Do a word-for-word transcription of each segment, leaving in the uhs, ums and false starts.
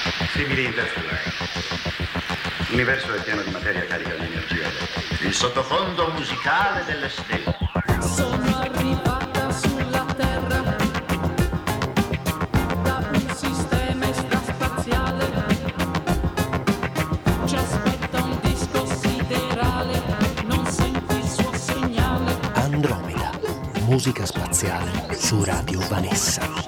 Simili interstellari. L'universo è pieno di materia carica di energia. Il sottofondo musicale delle stelle. Sono arrivata sulla Terra da un sistema extraspaziale. Ci aspetta un disco siderale, non senti il suo segnale. Andromeda, musica spaziale su Radio Vanessa.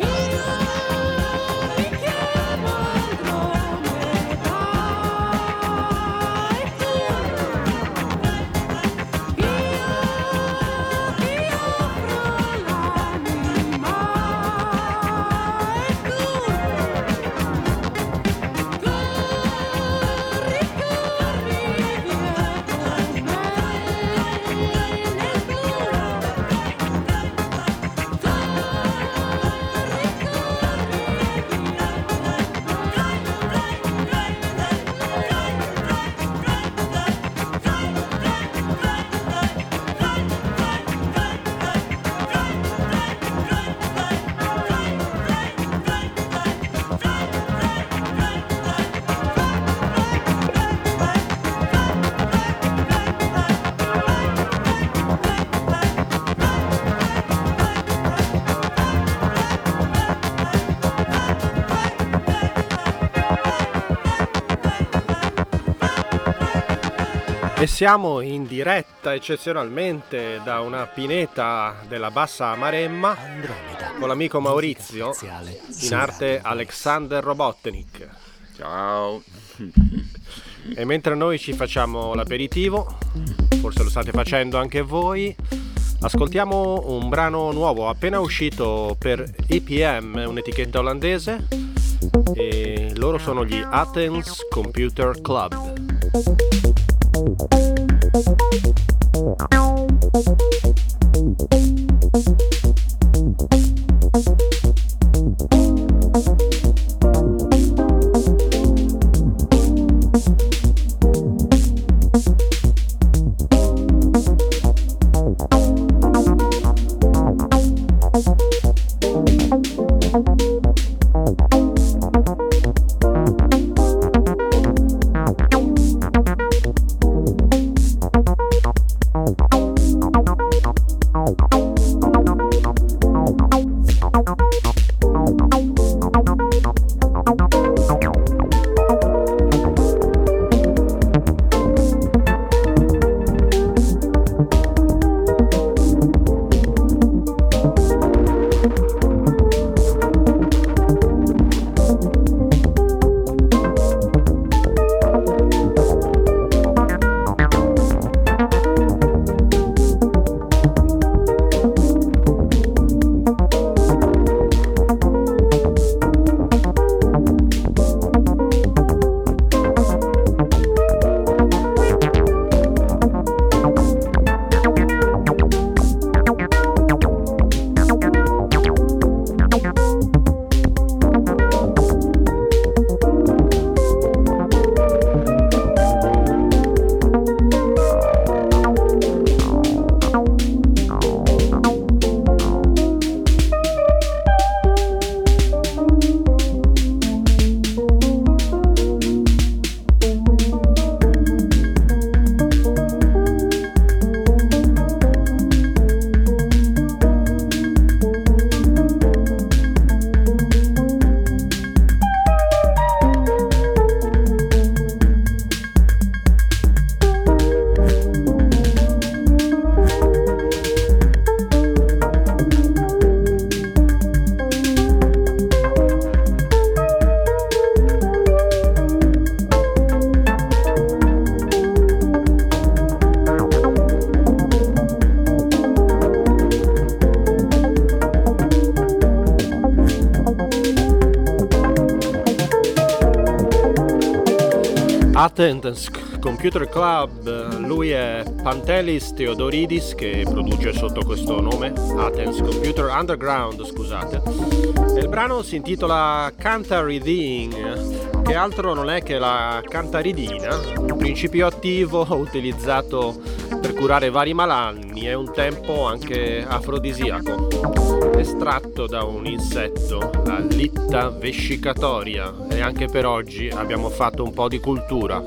E siamo in diretta eccezionalmente da una pineta della Bassa Maremma Andromeda, con l'amico Maurizio, spaziale in arte Alexander Robotnik. Ciao. E mentre noi ci facciamo l'aperitivo, forse lo state facendo anche voi, ascoltiamo un brano nuovo appena uscito per E P M, un'etichetta olandese, e loro sono gli Athens Computer Club. Athens Computer Club, lui è Pantelis Theodoridis che produce sotto questo nome, Athens Computer Underground, scusate. E il brano si intitola Cantaridine, che altro non è che la cantaridina, un principio attivo utilizzato per curare vari malanni e un tempo anche afrodisiaco. estratto da un insetto, la litta vescicatoria, e anche per oggi abbiamo fatto un po' di cultura.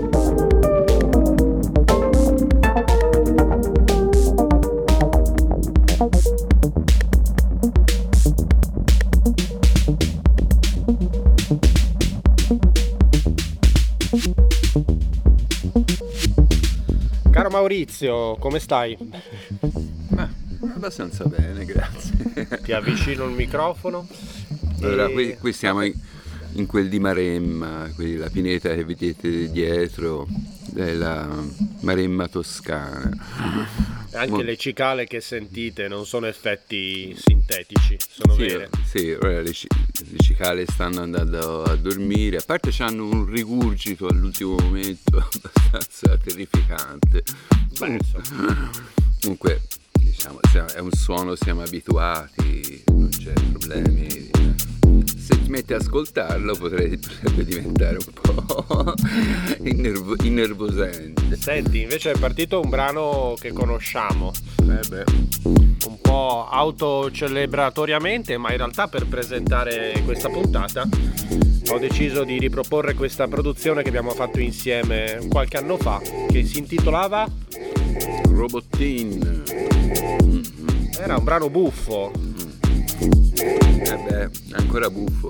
Caro Maurizio, come stai? Ma abbastanza bene, grazie. Ti avvicino il microfono. Allora, e... qui, qui siamo in, in quel di Maremma, quindi la pineta che vedete dietro è la Maremma toscana. Anche Mo... le cicale che sentite non sono effetti sintetici, sono sì, vere. Sì, ora le, le cicale stanno andando a dormire, a parte hanno un rigurgito all'ultimo momento abbastanza terrificante. Beh, insomma. Comunque, diciamo, è un suono, siamo abituati, non c'è problemi. Se ti metti a ascoltarlo potrebbe diventare un po' innervo- innervosente. Senti, invece è partito un brano che conosciamo, Eh beh. un po' autocelebratoriamente, ma in realtà per presentare questa puntata ho deciso di riproporre questa produzione che abbiamo fatto insieme qualche anno fa, che si intitolava Robotin. Mm-hmm. Era un brano buffo. Eh beh, è ancora buffo.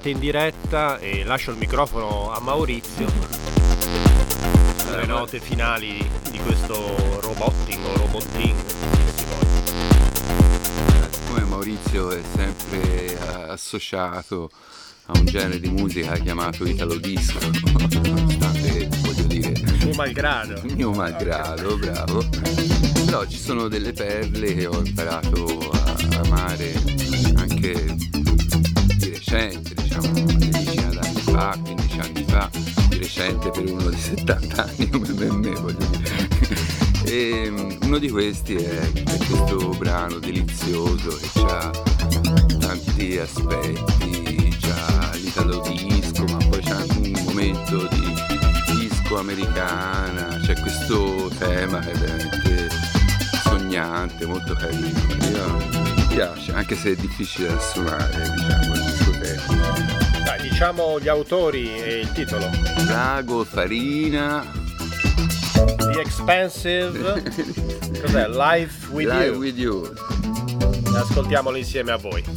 entrate in diretta e lascio il microfono a Maurizio per le note finali di questo robotting o robotting. Come Maurizio è sempre associato a un genere di musica chiamato Italo Disco, nonostante, voglio dire, mio malgrado. Mio malgrado, bravo. Però ci sono delle perle che ho imparato a amare anche di recente, diciamo una decina d'anni fa, quindici anni fa, di recente per uno di settanta anni come per me, voglio dire. E uno di questi è, è questo brano delizioso che ha tanti aspetti, c'ha l'italo disco, ma poi c'è anche un momento di disco americana, c'è questo tema che è veramente sognante, molto carino. Io, mi piace, anche se è difficile da suonare, diciamo, il disco tema. Dai, diciamo gli autori e il titolo. Lago, Farina, The Expensive, cos'è? Life with Live You. with You. Ascoltiamolo insieme a voi.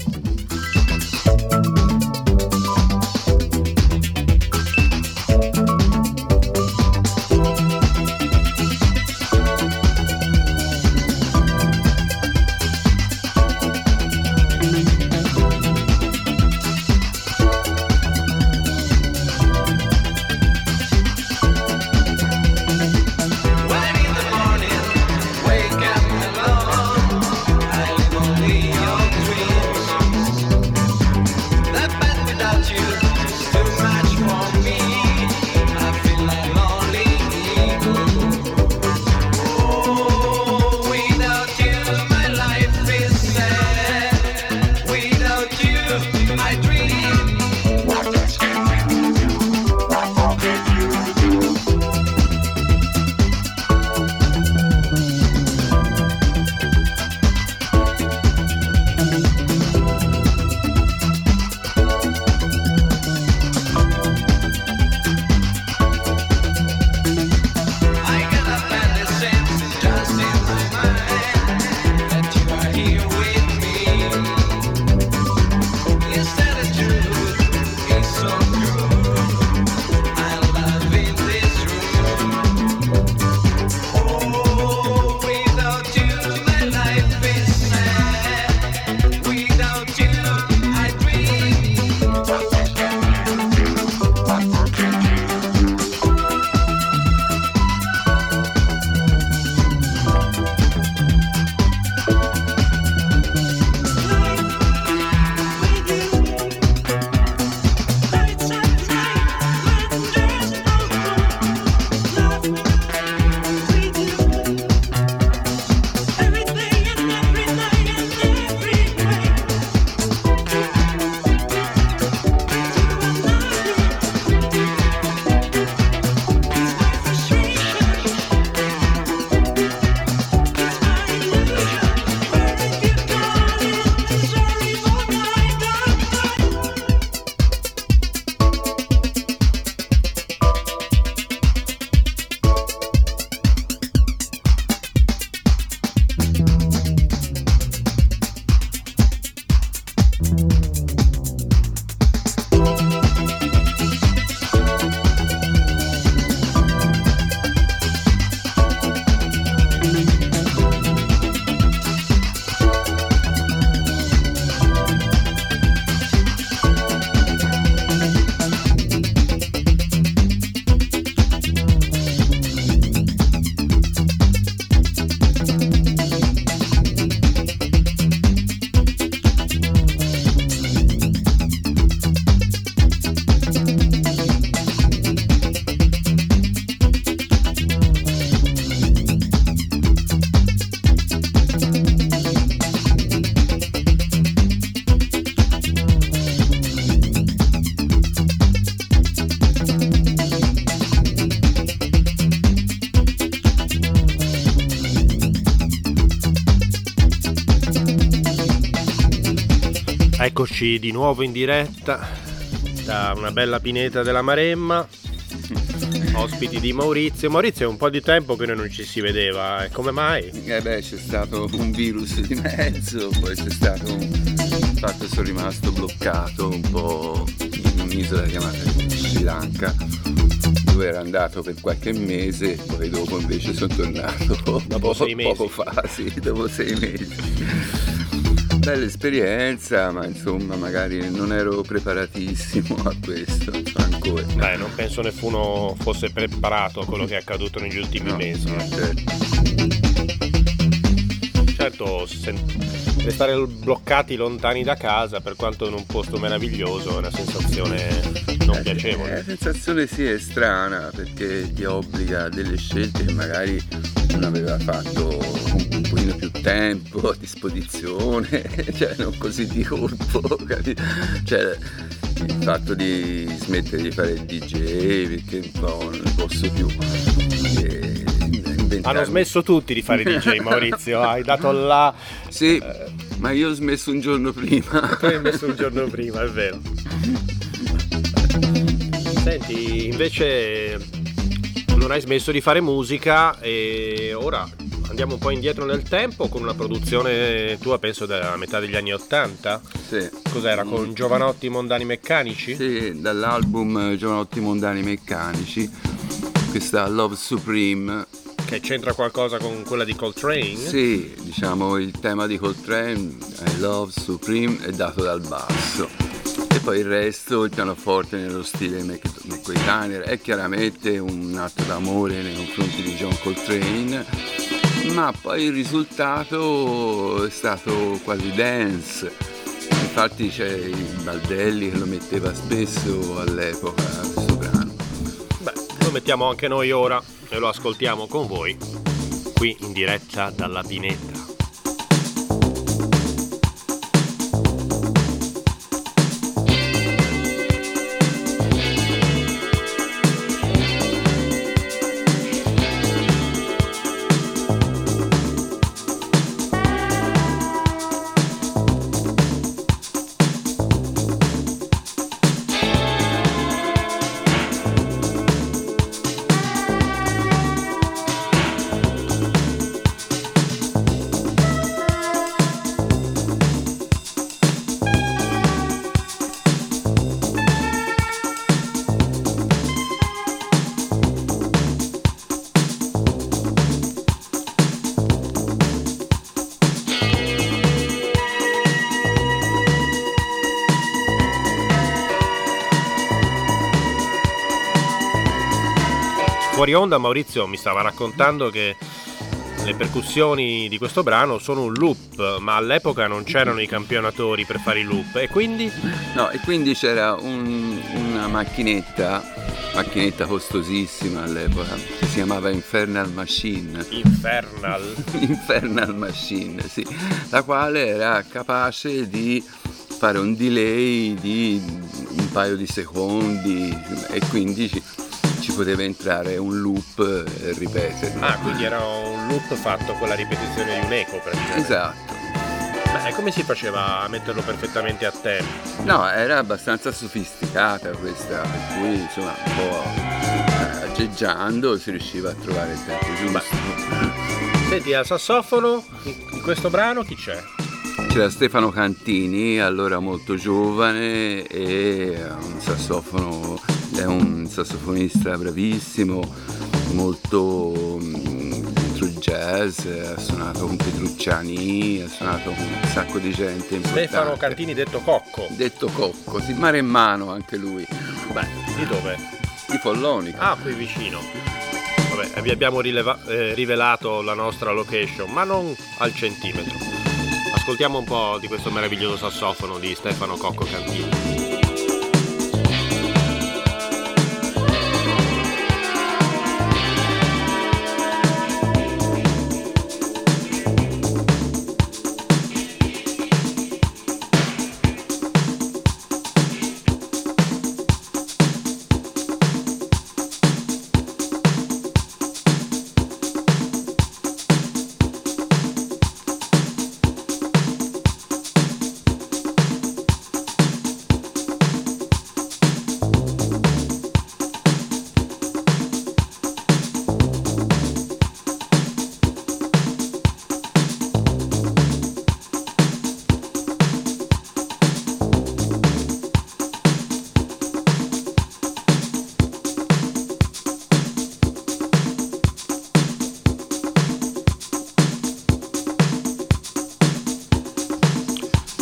Eccoci di nuovo in diretta da una bella pineta della Maremma, ospiti di Maurizio. Maurizio, è un po' di tempo che noi non ci si vedeva, eh. Come mai? Eh beh, c'è stato un virus di mezzo, poi c'è stato un... il fatto che sono rimasto bloccato un po' in un'isola chiamata Sri Lanka, dove ero andato per qualche mese, poi dopo invece sono tornato dopo sei mesi. Poco fa, sì, dopo sei mesi. Bella esperienza, ma insomma magari non ero preparatissimo a questo ancora. Beh, non penso nessuno fosse preparato a quello che è accaduto negli ultimi No, mesi. no, certo. Certo, sen- restare bloccati lontani da casa, per quanto in un posto meraviglioso, è una sensazione non Eh, piacevole. La sensazione sì è strana, perché ti obbliga a delle scelte che magari non aveva fatto un pochino più tempo a disposizione, cioè non così di colpo, capito? Cioè il fatto di smettere di fare il D J perché un po' non ne posso più. E inventarmi- Hanno smesso tutti di fare D J, Maurizio, hai dato là. Sì, ma io ho smesso un giorno prima. Tu hai messo un giorno prima, è vero. Senti, invece non hai smesso di fare musica e ora andiamo un po' indietro nel tempo con una produzione tua, penso dalla metà degli anni Ottanta. Sì. Cos'era, con Giovanotti Mondani Meccanici? Sì, dall'album Giovanotti Mondani Meccanici, questa Love Supreme. Che c'entra qualcosa con quella di Coltrane? Sì, diciamo il tema di Coltrane, I Love Supreme, è dato dal basso. E poi il resto, il pianoforte nello stile Mick Tainer, è chiaramente un atto d'amore nei confronti di John Coltrane, ma poi il risultato è stato quasi dance. Infatti c'è il Baldelli che lo metteva spesso all'epoca, questo brano. Beh, lo mettiamo anche noi ora e lo ascoltiamo con voi, qui in diretta dalla Pineta. Fuori onda Maurizio mi stava raccontando che le percussioni di questo brano sono un loop, ma all'epoca non c'erano i campionatori per fare i loop e quindi? No, e quindi c'era un, una macchinetta, macchinetta costosissima all'epoca, che si chiamava Infernal Machine. Infernal? Infernal Machine, sì, la quale era capace di fare un delay di un paio di secondi e quindi ci, ci poteva entrare un loop e ripetere. Ah, quindi era un loop fatto con la ripetizione di un eco praticamente. Esatto. Ma come si faceva a metterlo perfettamente a tempo? No, era abbastanza sofisticata questa, per cui insomma un po' eh, aggeggiando si riusciva a trovare il tempo giusto. Senti, al sassofono in questo brano chi c'è? C'era Stefano Cantini, allora molto giovane, e un sassofono, è un sassofonista bravissimo, molto dentro il jazz, ha suonato con Petrucciani, ha suonato con un sacco di gente importante. Stefano Cantini detto Cocco. Detto Cocco, sì, maremmano anche lui. Beh, di dove? Di Follonica. Ah, qui vicino. Vabbè, vi abbiamo rileva- eh, rivelato la nostra location, ma non al centimetro. Ascoltiamo un po' di questo meraviglioso sassofono di Stefano Cocco Cantini.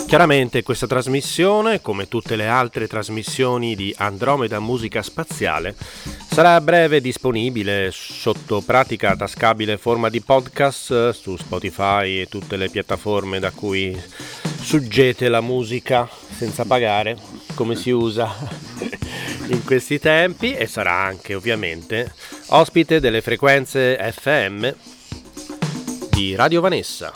Chiaramente questa trasmissione, come tutte le altre trasmissioni di Andromeda Musica Spaziale, sarà a breve disponibile sotto pratica tascabile forma di podcast su Spotify e tutte le piattaforme da cui suggete la musica senza pagare, come si usa in questi tempi, e sarà anche ovviamente ospite delle frequenze F M di Radio Vanessa.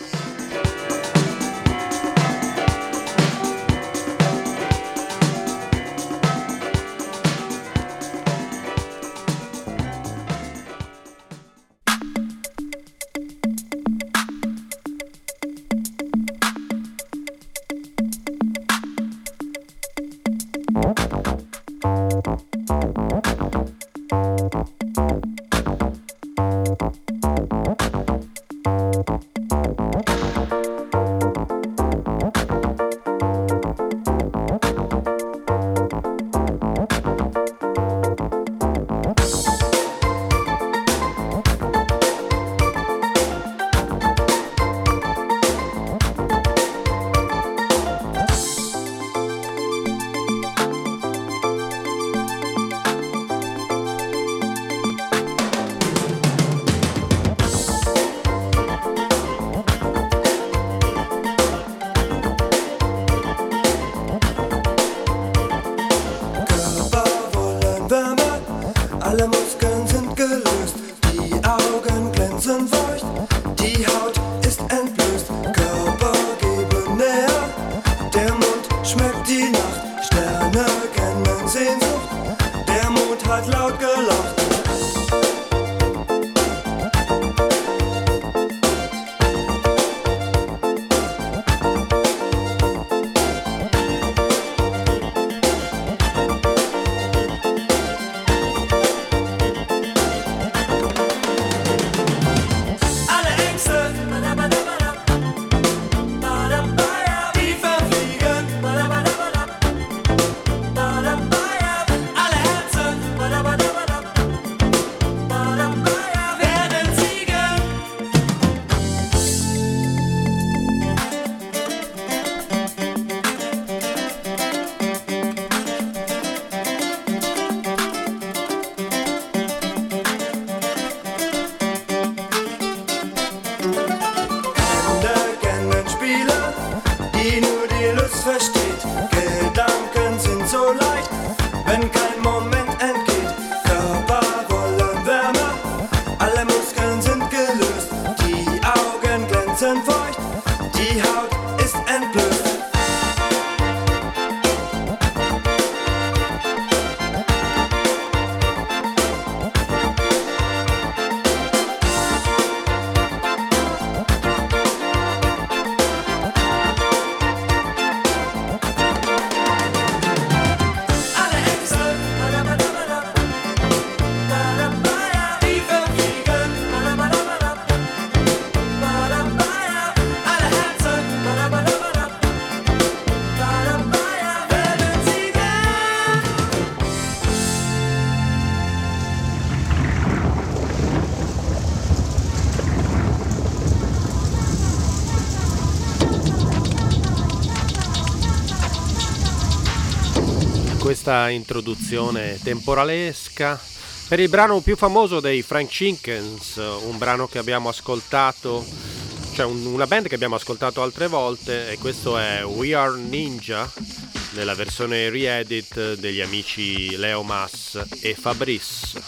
Questa introduzione temporalesca per il brano più famoso dei Frank Chickens, un brano che abbiamo ascoltato, cioè un, una band che abbiamo ascoltato altre volte, e questo è We Are Ninja nella versione re-edit degli amici Leo Mas e Fabrice.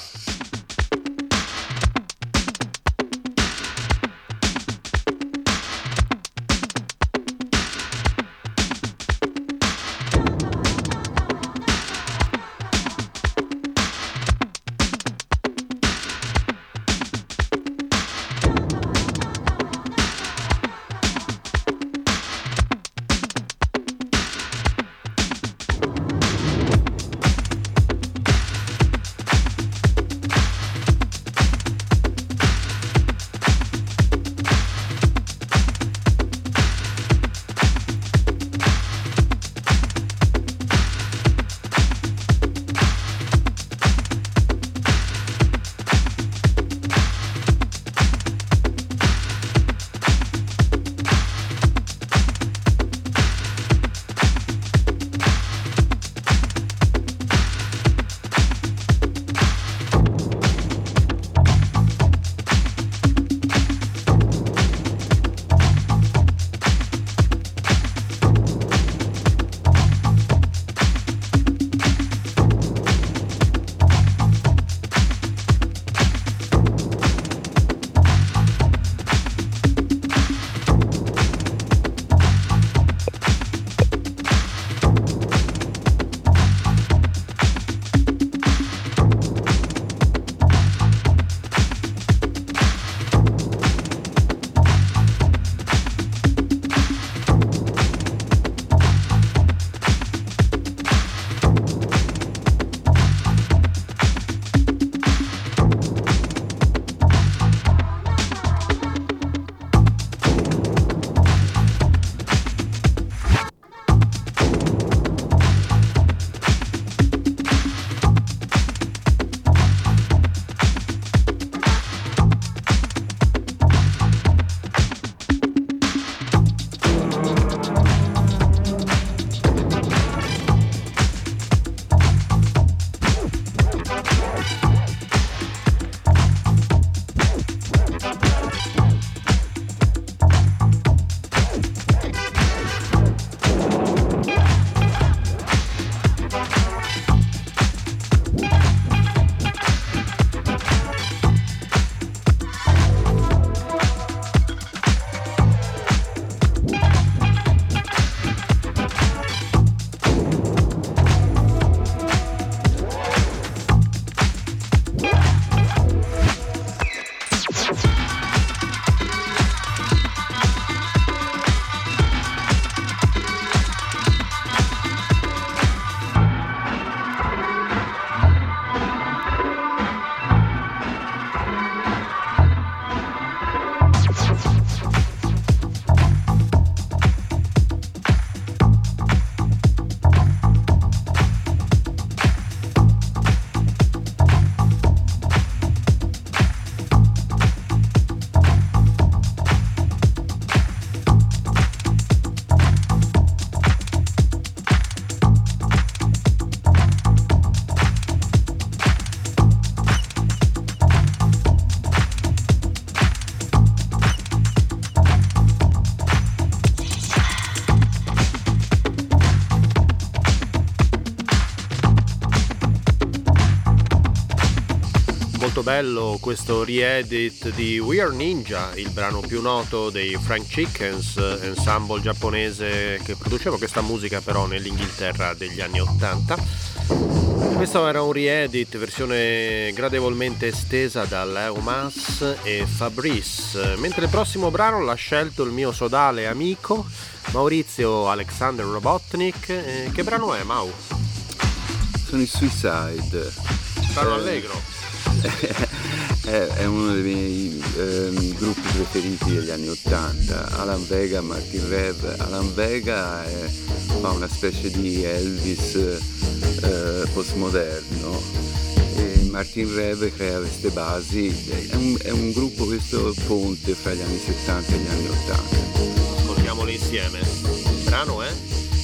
molto bello questo re-edit di We Are Ninja, il brano più noto dei Frank Chickens, ensemble giapponese che produceva questa musica però nell'Inghilterra degli anni ottanta. Questo era un re-edit, versione gradevolmente estesa da Leo Mas e Fabrice, mentre il prossimo brano l'ha scelto il mio sodale amico Maurizio Alexander Robotnik. Eh, che brano è, Mau? Sono i Suicide. Brano eh, allegro. è, è uno dei miei eh, gruppi preferiti degli anni ottanta. Alan Vega, Martin Rev. Alan Vega è, fa una specie di Elvis eh, postmoderno e Martin Rev crea queste basi. È un, è un gruppo, questo ponte fra gli anni settanta e gli anni ottanta. Ascoltiamoli insieme. Il brano è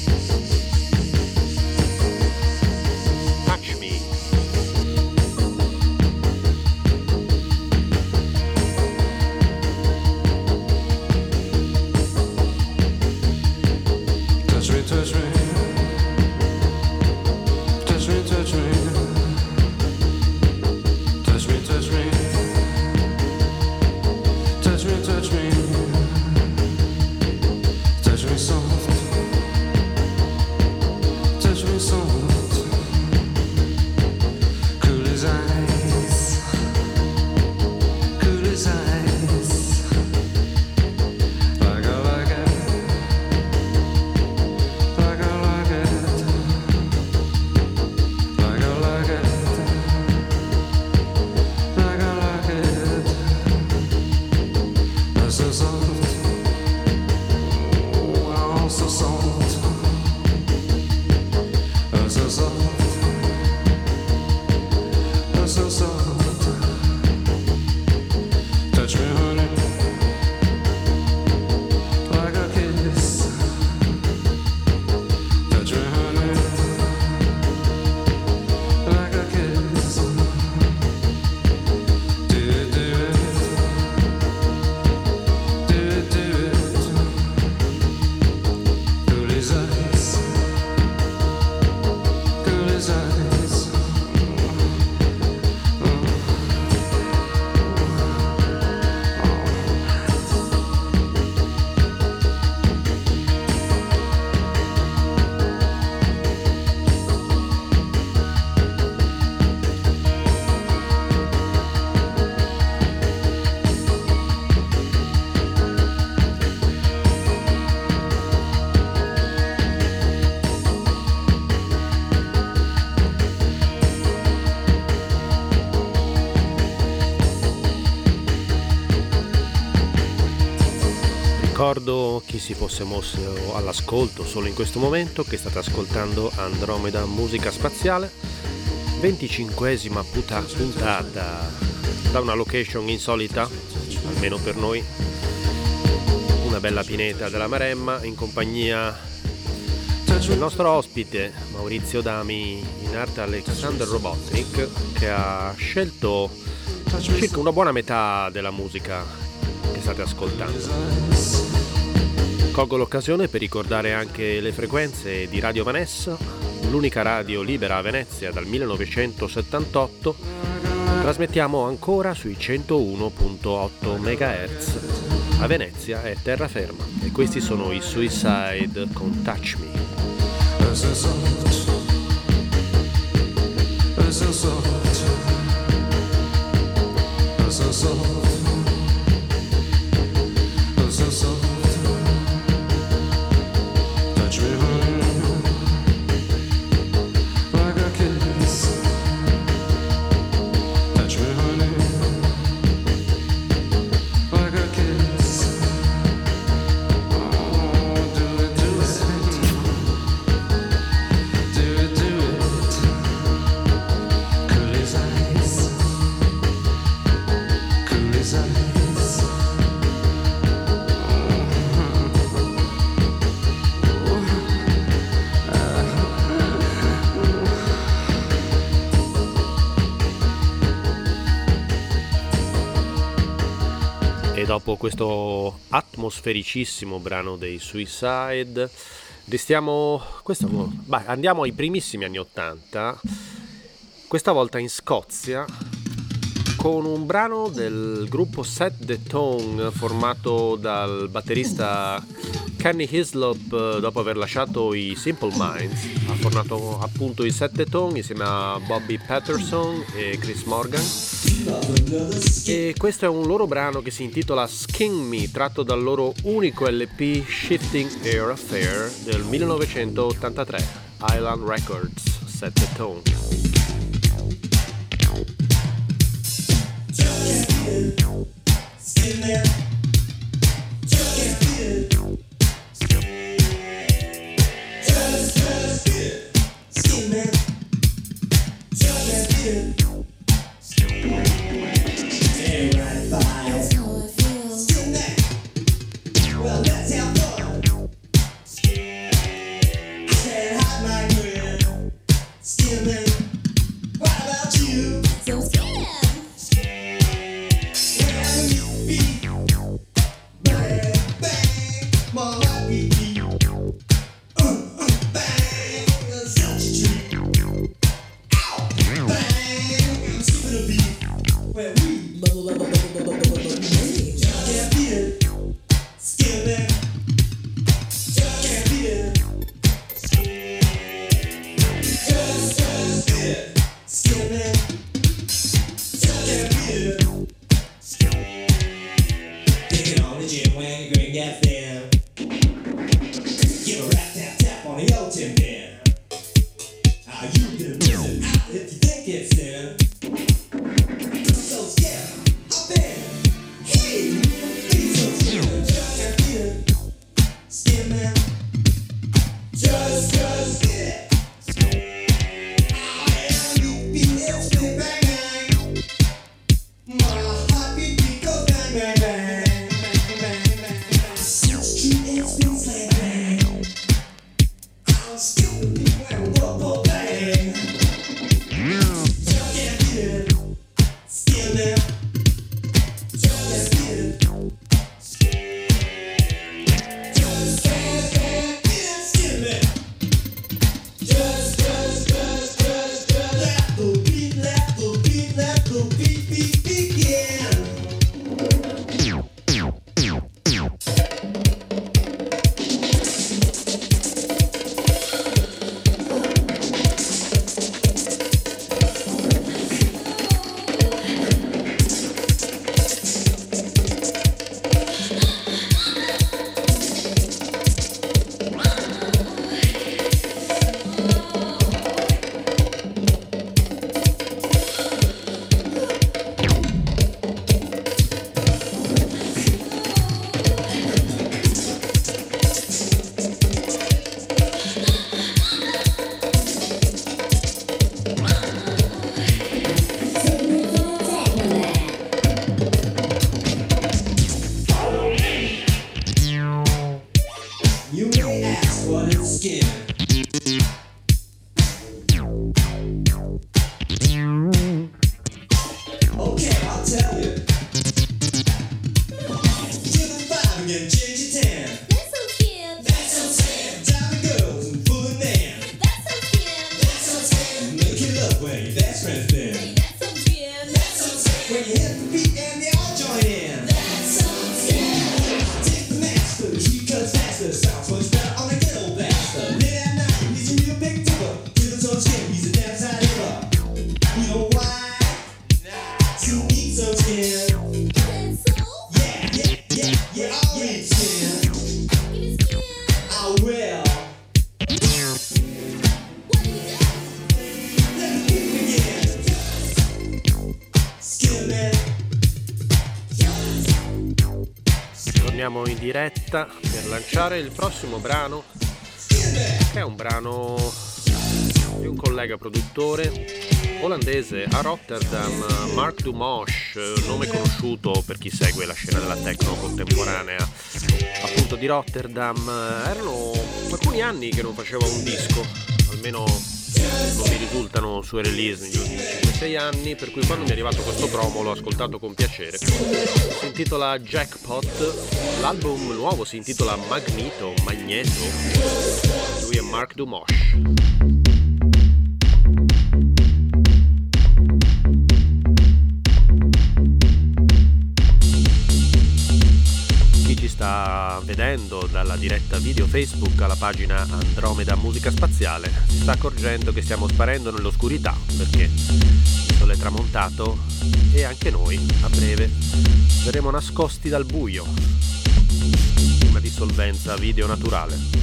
Touch Me. Touch me, touch me, touch me, touch me, touch me, touch me, touch me, touch me, touch me soft, touch me soft, cool as ice, cool as ice, like I like it. Like I like it, like I like it, like I like it. I'm so soft, oh, I'm so soft, I'm so soft, I'm so soft. Touch me, honey, like a kiss. Touch me, honey, like a kiss. Do it, do it, do it, do it. Cool as ice, cool as ice. Ricordo chi si fosse mosso all'ascolto solo in questo momento che state ascoltando Andromeda Musica Spaziale, venticinquesima puta- puntata da una location insolita, almeno per noi, una bella pineta della Maremma in compagnia del nostro ospite Maurizio Dami, in arte Alexander Robotnik, che ha scelto circa una buona metà della musica che state ascoltando. Colgo l'occasione per ricordare anche le frequenze di Radio Vanessa, l'unica radio libera a Venezia dal millenovecentosettantotto. Trasmettiamo ancora sui centouno virgola otto megahertz. A Venezia è terraferma e questi sono i Suicide con Touch Me. So soft, so soft, so soft, so soft. Touch me, honey, like a kiss. Touch me, honey, like a kiss. Oh, do it, do it. Do it, do it, cool as ice, cool as ice. E dopo questo atmosfericissimo brano dei Suicide restiamo questo, beh, andiamo ai primissimi anni ottanta, questa volta in Scozia, con un brano del gruppo Set the Tone formato dal batterista Kenny Hislop dopo aver lasciato i Simple Minds. Ha formato appunto i Set the Tone insieme a Bobby Patterson e Chris Morgan, e questo è un loro brano che si intitola Skin Me, tratto dal loro unico L P Shifting Air Affair del millenovecentottantatré, Island Records, Set the Tone. Skin there, just get it. Just, just get skin there, just get it. Stay right by it. Skin there. Well, let's have fun. I can't hide my grin. Skin there. What about you? So skin. In diretta per lanciare il prossimo brano, che è un brano di un collega produttore olandese a Rotterdam, Mark Dumosh, nome conosciuto per chi segue la scena della techno contemporanea appunto di Rotterdam. Erano alcuni anni che non faceva un disco, almeno non mi risultano sue release negli ultimi cinque sei anni, per cui quando mi è arrivato questo promo l'ho ascoltato con piacere. Si intitola Jackpot, l'album nuovo si intitola Magneto, Magneto. Lui è Mark Dumosh. vedendo dalla diretta video Facebook alla pagina Andromeda Musica Spaziale, si sta accorgendo che stiamo sparendo nell'oscurità perché il sole è tramontato e anche noi a breve verremo nascosti dal buio. Una dissolvenza video naturale.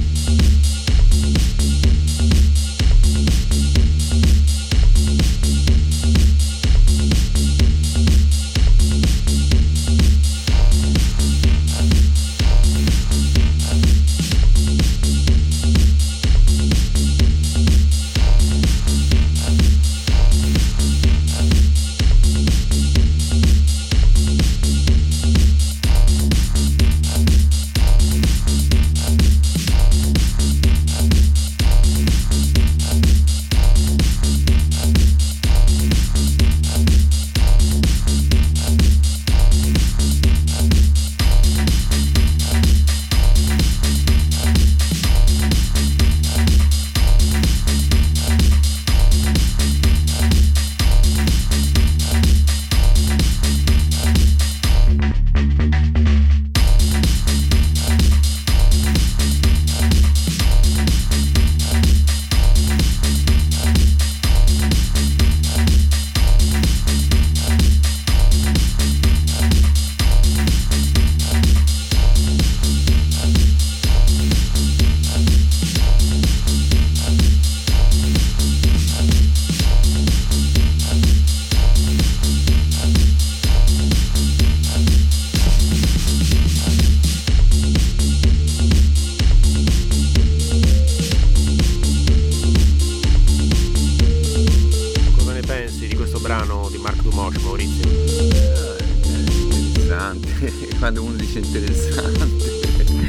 Quando uno dice interessante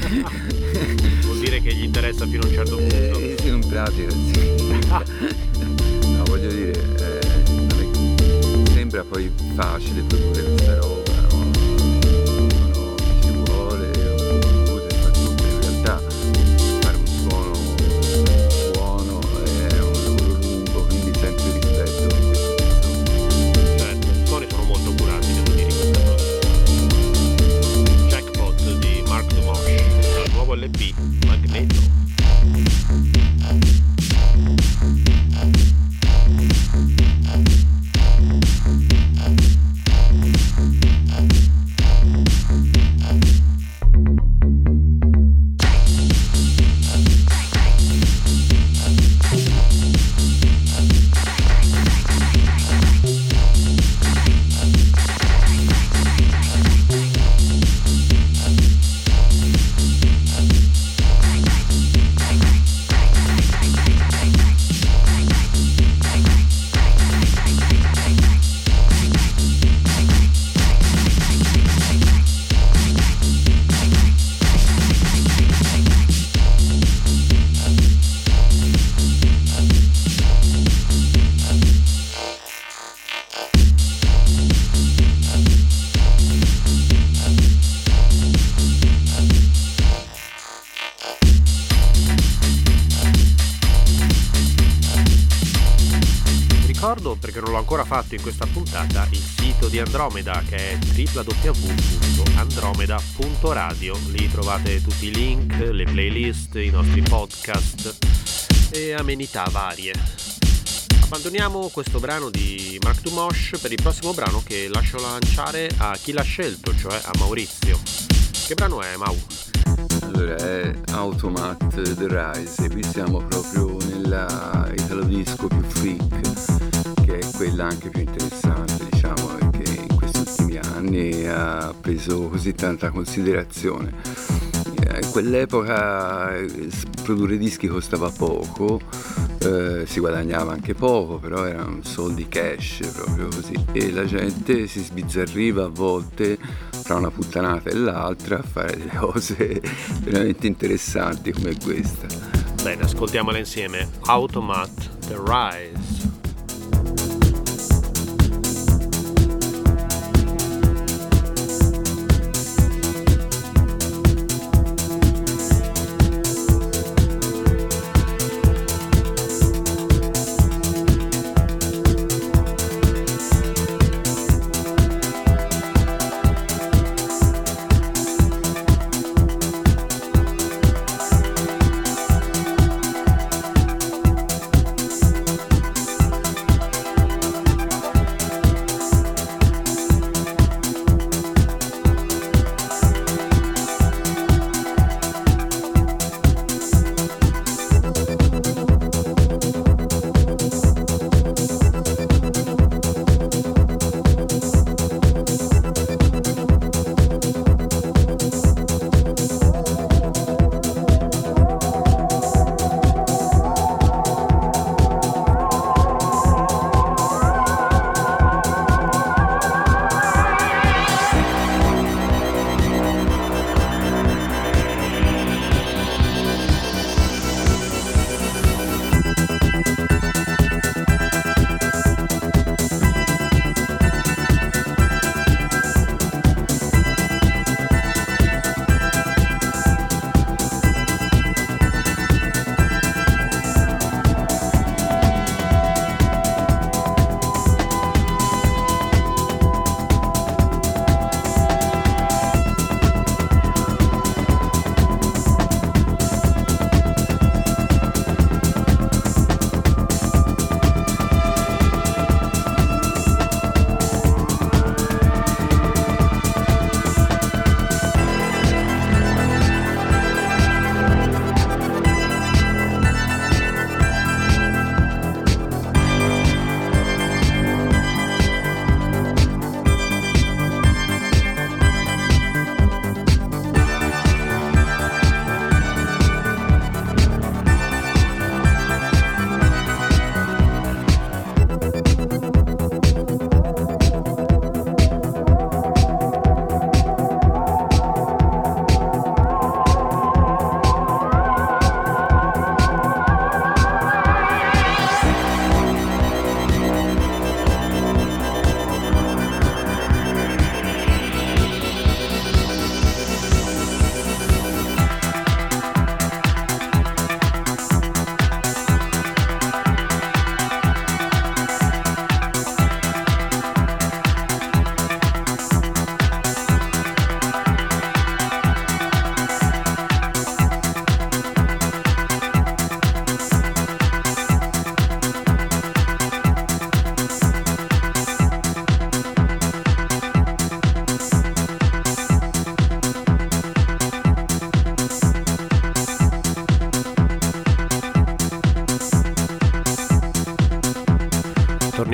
vuol dire che gli interessa fino a un certo punto. Eh, sì, in pratica sì. No, voglio dire, eh, non è, sembra poi facile produrre questa roba, no? No, ci vuole un computer, fa tutto, in realtà fare un suono buono è un lavoro lungo, quindi sempre rispetto per queste persone. Certo, i suoni sono molto curati, devo dire, in questa produzione. Di Mark Dumosh, dal nuovo L P Magneto. Ricordo, perché non l'ho ancora fatto in questa puntata, il sito di Andromeda che è w w w punto andromeda punto radio. Lì trovate tutti i link, le playlist, i nostri podcast e amenità varie. Abbandoniamo questo brano di Mark Dumosh per il prossimo brano che lascio lanciare a chi l'ha scelto, cioè a Maurizio. Che brano è, Mau? Allora è Automat The Rise, e qui siamo proprio nella italo disco più freak, che è quella anche più interessante, diciamo, perché in questi ultimi anni ha preso così tanta considerazione. In quell'epoca produrre dischi costava poco, eh, si guadagnava anche poco, però erano soldi cash, proprio così, e la gente si sbizzarriva a volte tra una puttanata e l'altra a fare delle cose veramente interessanti come questa. Bene, ascoltiamola insieme. Automat The Rise.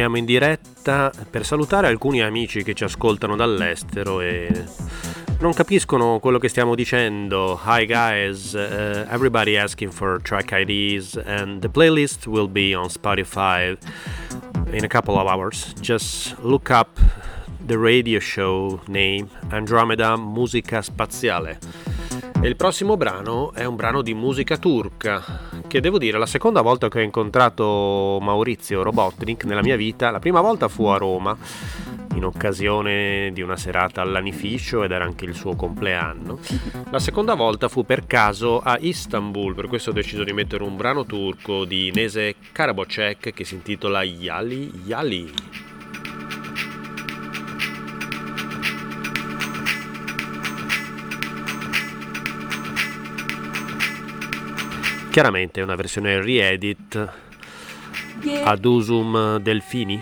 torniamo in diretta per salutare alcuni amici che ci ascoltano dall'estero e non capiscono quello che stiamo dicendo. Hi guys, uh, everybody asking for track I Ds and the playlist will be on Spotify in a couple of hours. Just look up the radio show name Andromeda Musica Spaziale. E il prossimo brano è un brano di musica turca, che devo dire, la seconda volta che ho incontrato Maurizio Robotnik nella mia vita, la prima volta fu a Roma, in occasione di una serata all'Anificio ed era anche il suo compleanno. La seconda volta fu per caso a Istanbul, per questo ho deciso di mettere un brano turco di Neze Karabocek che si intitola Yali Yali. Chiaramente è una versione re-edit ad usum Delfini.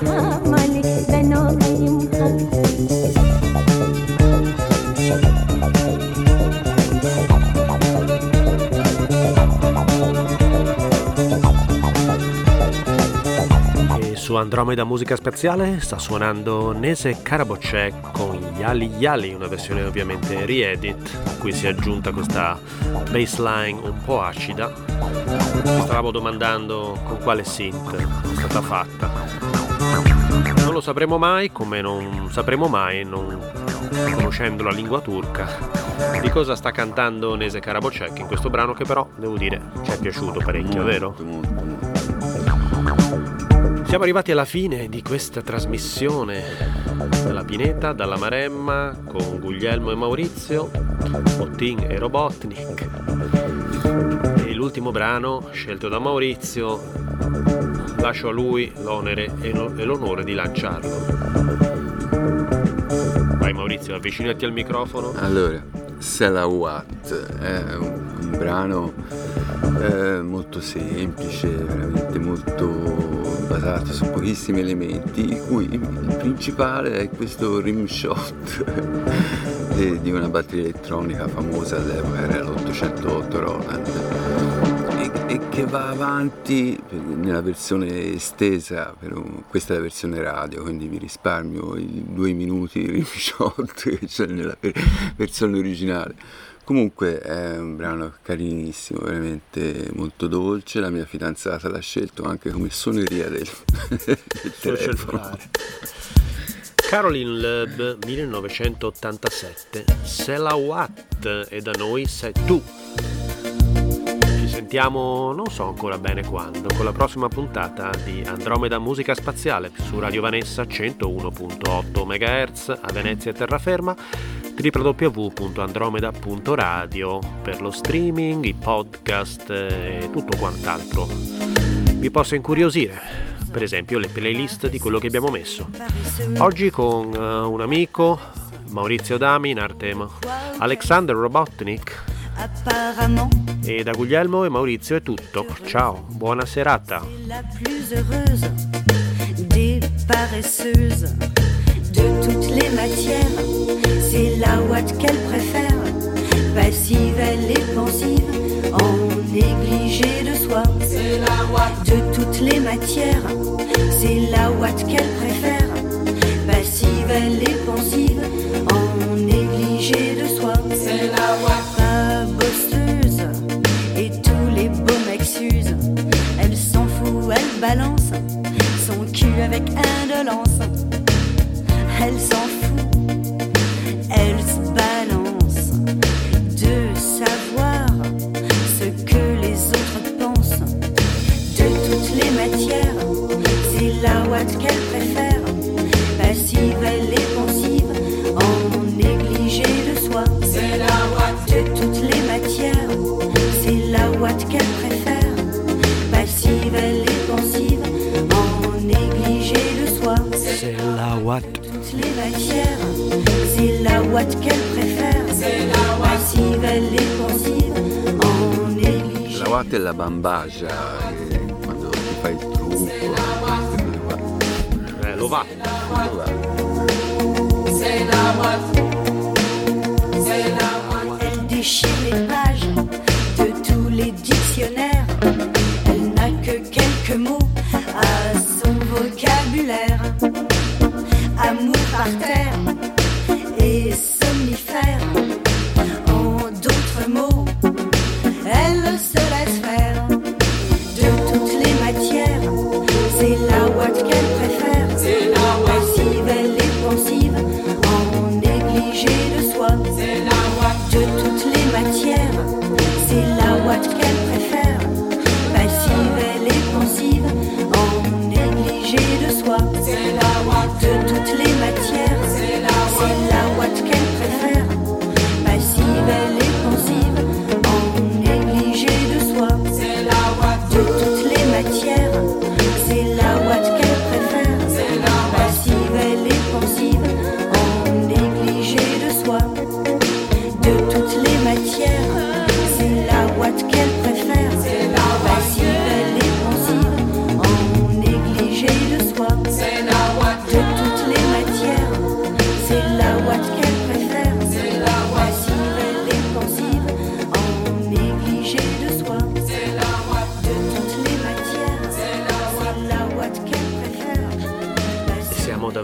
Ben olayım ha. Su Andromeda Musica Spaziale sta suonando Neze Karabocek con Yali Yali, una versione ovviamente re-edit, a cui si è aggiunta questa bassline un po' acida. Mi stavamo domandando con quale synth è stata fatta. Non lo sapremo mai, come non sapremo mai, non conoscendo la lingua turca, di cosa sta cantando Neze Karabocek in questo brano, che però, devo dire, ci è piaciuto parecchio, vero? Siamo arrivati alla fine di questa trasmissione dalla Pineta, dalla Maremma, con Guglielmo e Maurizio, Bottin e Robotnik. E l'ultimo brano, scelto da Maurizio, lascio a lui l'onere e l'onore di lanciarlo. Vai Maurizio, avvicinati al microfono. Allora, Selawat è un, un brano eh, molto semplice, veramente molto basato su pochissimi elementi, di cui il principale è questo rimshot di, di una batteria elettronica famosa all'epoca, era l'ottocentotto Roland, e, e che va avanti nella versione estesa, per un, questa è la versione radio, quindi vi risparmio i due minuti di rimshot che c'è nella versione originale. Comunque è un brano carinissimo, veramente molto dolce, la mia fidanzata l'ha scelto anche come suoneria del, del telefono. Caroline Loeb, millenovecentottantasette, Selawat, e da noi sei tu. Ci sentiamo non so ancora bene quando, con la prossima puntata di Andromeda Musica Spaziale su Radio Vanessa centouno virgola otto megahertz a Venezia e terraferma, w w w punto andromeda punto radio per lo streaming, i podcast e tutto quant'altro vi possa incuriosire, per esempio le playlist di quello che abbiamo messo oggi con uh, un amico, Maurizio Dami in arte Alexander Robotnik, e da Guglielmo e Maurizio è tutto. Ciao, buona serata. La plus heureuse des paresseuses de toutes les matières, c'est la ouate qu'elle préfère, passive elle est pensive, en négligé de soi. C'est la ouate de toutes les matières, c'est la ouate qu'elle préfère, passive elle est pensive, en négligé de soi. C'est la ouate pas bosseuse et tous les beaux mecs s'usent, elle s'en fout, elle balance son cul avec indolence. Elle s'en fout, elle se balance de savoir ce que les autres pensent. De toutes les matières, c'est la ouate qu'elle préfère, passive, elle est pensive, en négligé de soi. C'est la ouate de toutes les matières, c'est la ouate qu'elle préfère, passive, elle est pensive, en négligé de soi. C'est la ouate. Les matières, c'est la ouate qu'elle préfère, c'est la ouate passive, elle est pensive, en négligé. La ouate è la bambagia, eh, quando ti fai il trucco, eh, lo va. lo va. C'est la ouate, c'est la ouate. Elle déchire les pages de tous les dictionnaires, elle n'a que quelques mots à son vocabulaire. Amour par terre et somnifère, en d'autres mots, elle se laisse faire. De toutes les matières, c'est la ouate qu'elle préfère, c'est la ouate passive, elle est pensive, en négligé de soi. C'est la ouate de toutes les matières.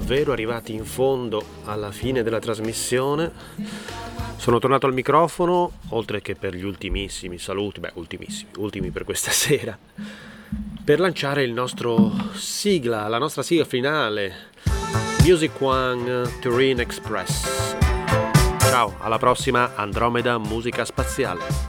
davvero arrivati in fondo alla fine della trasmissione. Sono tornato al microfono, oltre che per gli ultimissimi saluti, beh, ultimissimi, ultimi per questa sera, per lanciare il nostro sigla, la nostra sigla finale, Music One Turin Express. Ciao, alla prossima Andromeda Musica Spaziale.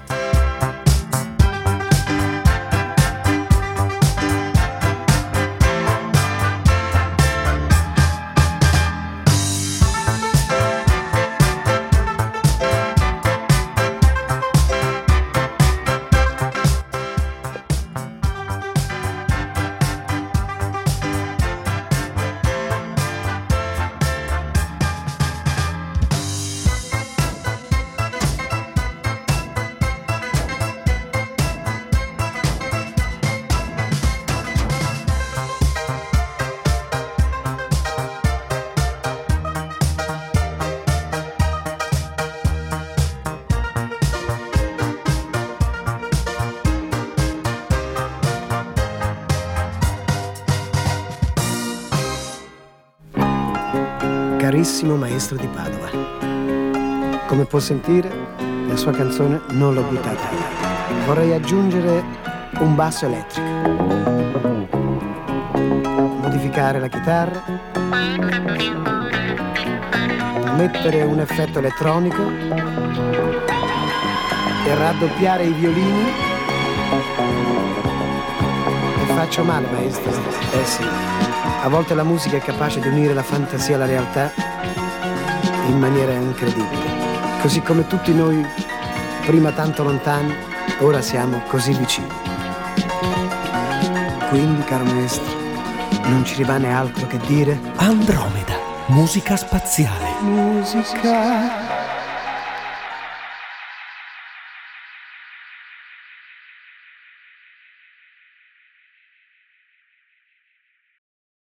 Carissimo maestro di Padova, come può sentire, la sua canzone non l'ho buttata via. Vorrei aggiungere un basso elettrico, modificare la chitarra, mettere un effetto elettronico e raddoppiare i violini. E faccio male, maestro? Eh sì. A volte la musica è capace di unire la fantasia alla realtà in maniera incredibile. Così come tutti noi, prima tanto lontani, ora siamo così vicini. Quindi, caro maestro, non ci rimane altro che dire: Andromeda, musica spaziale. Musica